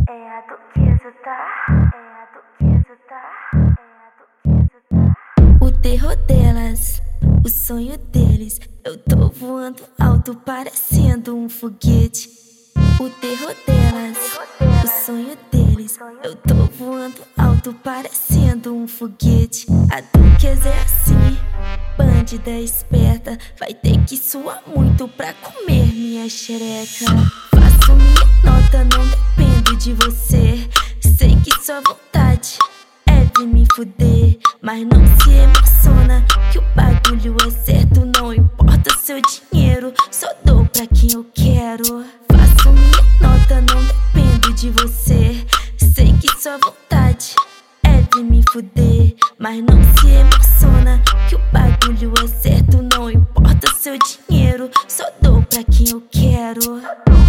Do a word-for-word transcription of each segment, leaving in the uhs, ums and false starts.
É a duquesa, tá? É a duquesa, tá? É a duquesa, tá? O terror delas, o sonho deles. Eu tô voando alto, parecendo um foguete. O terror delas, o sonho deles. Eu tô voando alto, parecendo um foguete. A duquesa é assim, bandida esperta. Vai ter que suar muito pra comer minha xereca. Faço minha nota, não dependo de você. Sei que sua vontade é vir me fuder, mas não se emociona que o bagulho é certo. Não importa seu dinheiro, só dou pra quem eu quero. Faço minha nota, não dependo de você. Sei que sua vontade é vir me fuder, mas não se emociona que o bagulho é certo. Não importa seu dinheiro, só dou pra quem eu quero.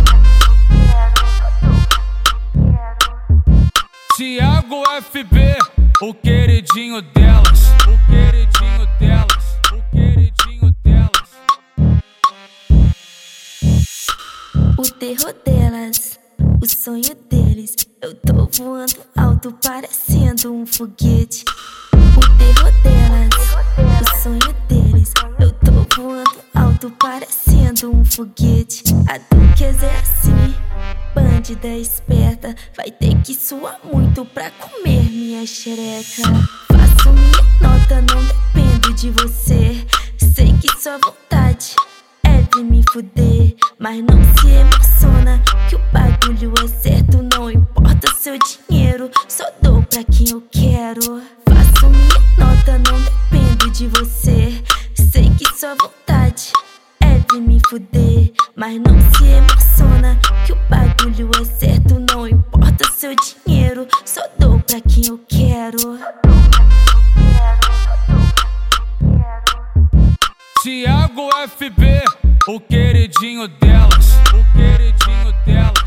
Thiago F B, o queridinho delas, o queridinho delas, o queridinho delas. O terror delas, o sonho deles. Eu tô voando alto, parecendo um foguete. O terror delas, o sonho deles. Eu tô voando alto, parecendo um foguete. A duquesa é assim, bandida esperta. Vai ter que suar muito pra comer minha xereca. Faço minha nota, não dependo de você. Sei que sua vontade é vir me fuder, mas não se emociona que o bagulho é certo. Não importa seu dinheiro, só dou pra quem eu quero. Faço minha nota, não dependo de você. Sei que sua vontade é vir me fuder, mas não se emociona que o bagulho é certo. Não importa seu dinheiro, só dou pra quem eu quero. Thiago F B, o queridinho delas, o queridinho delas.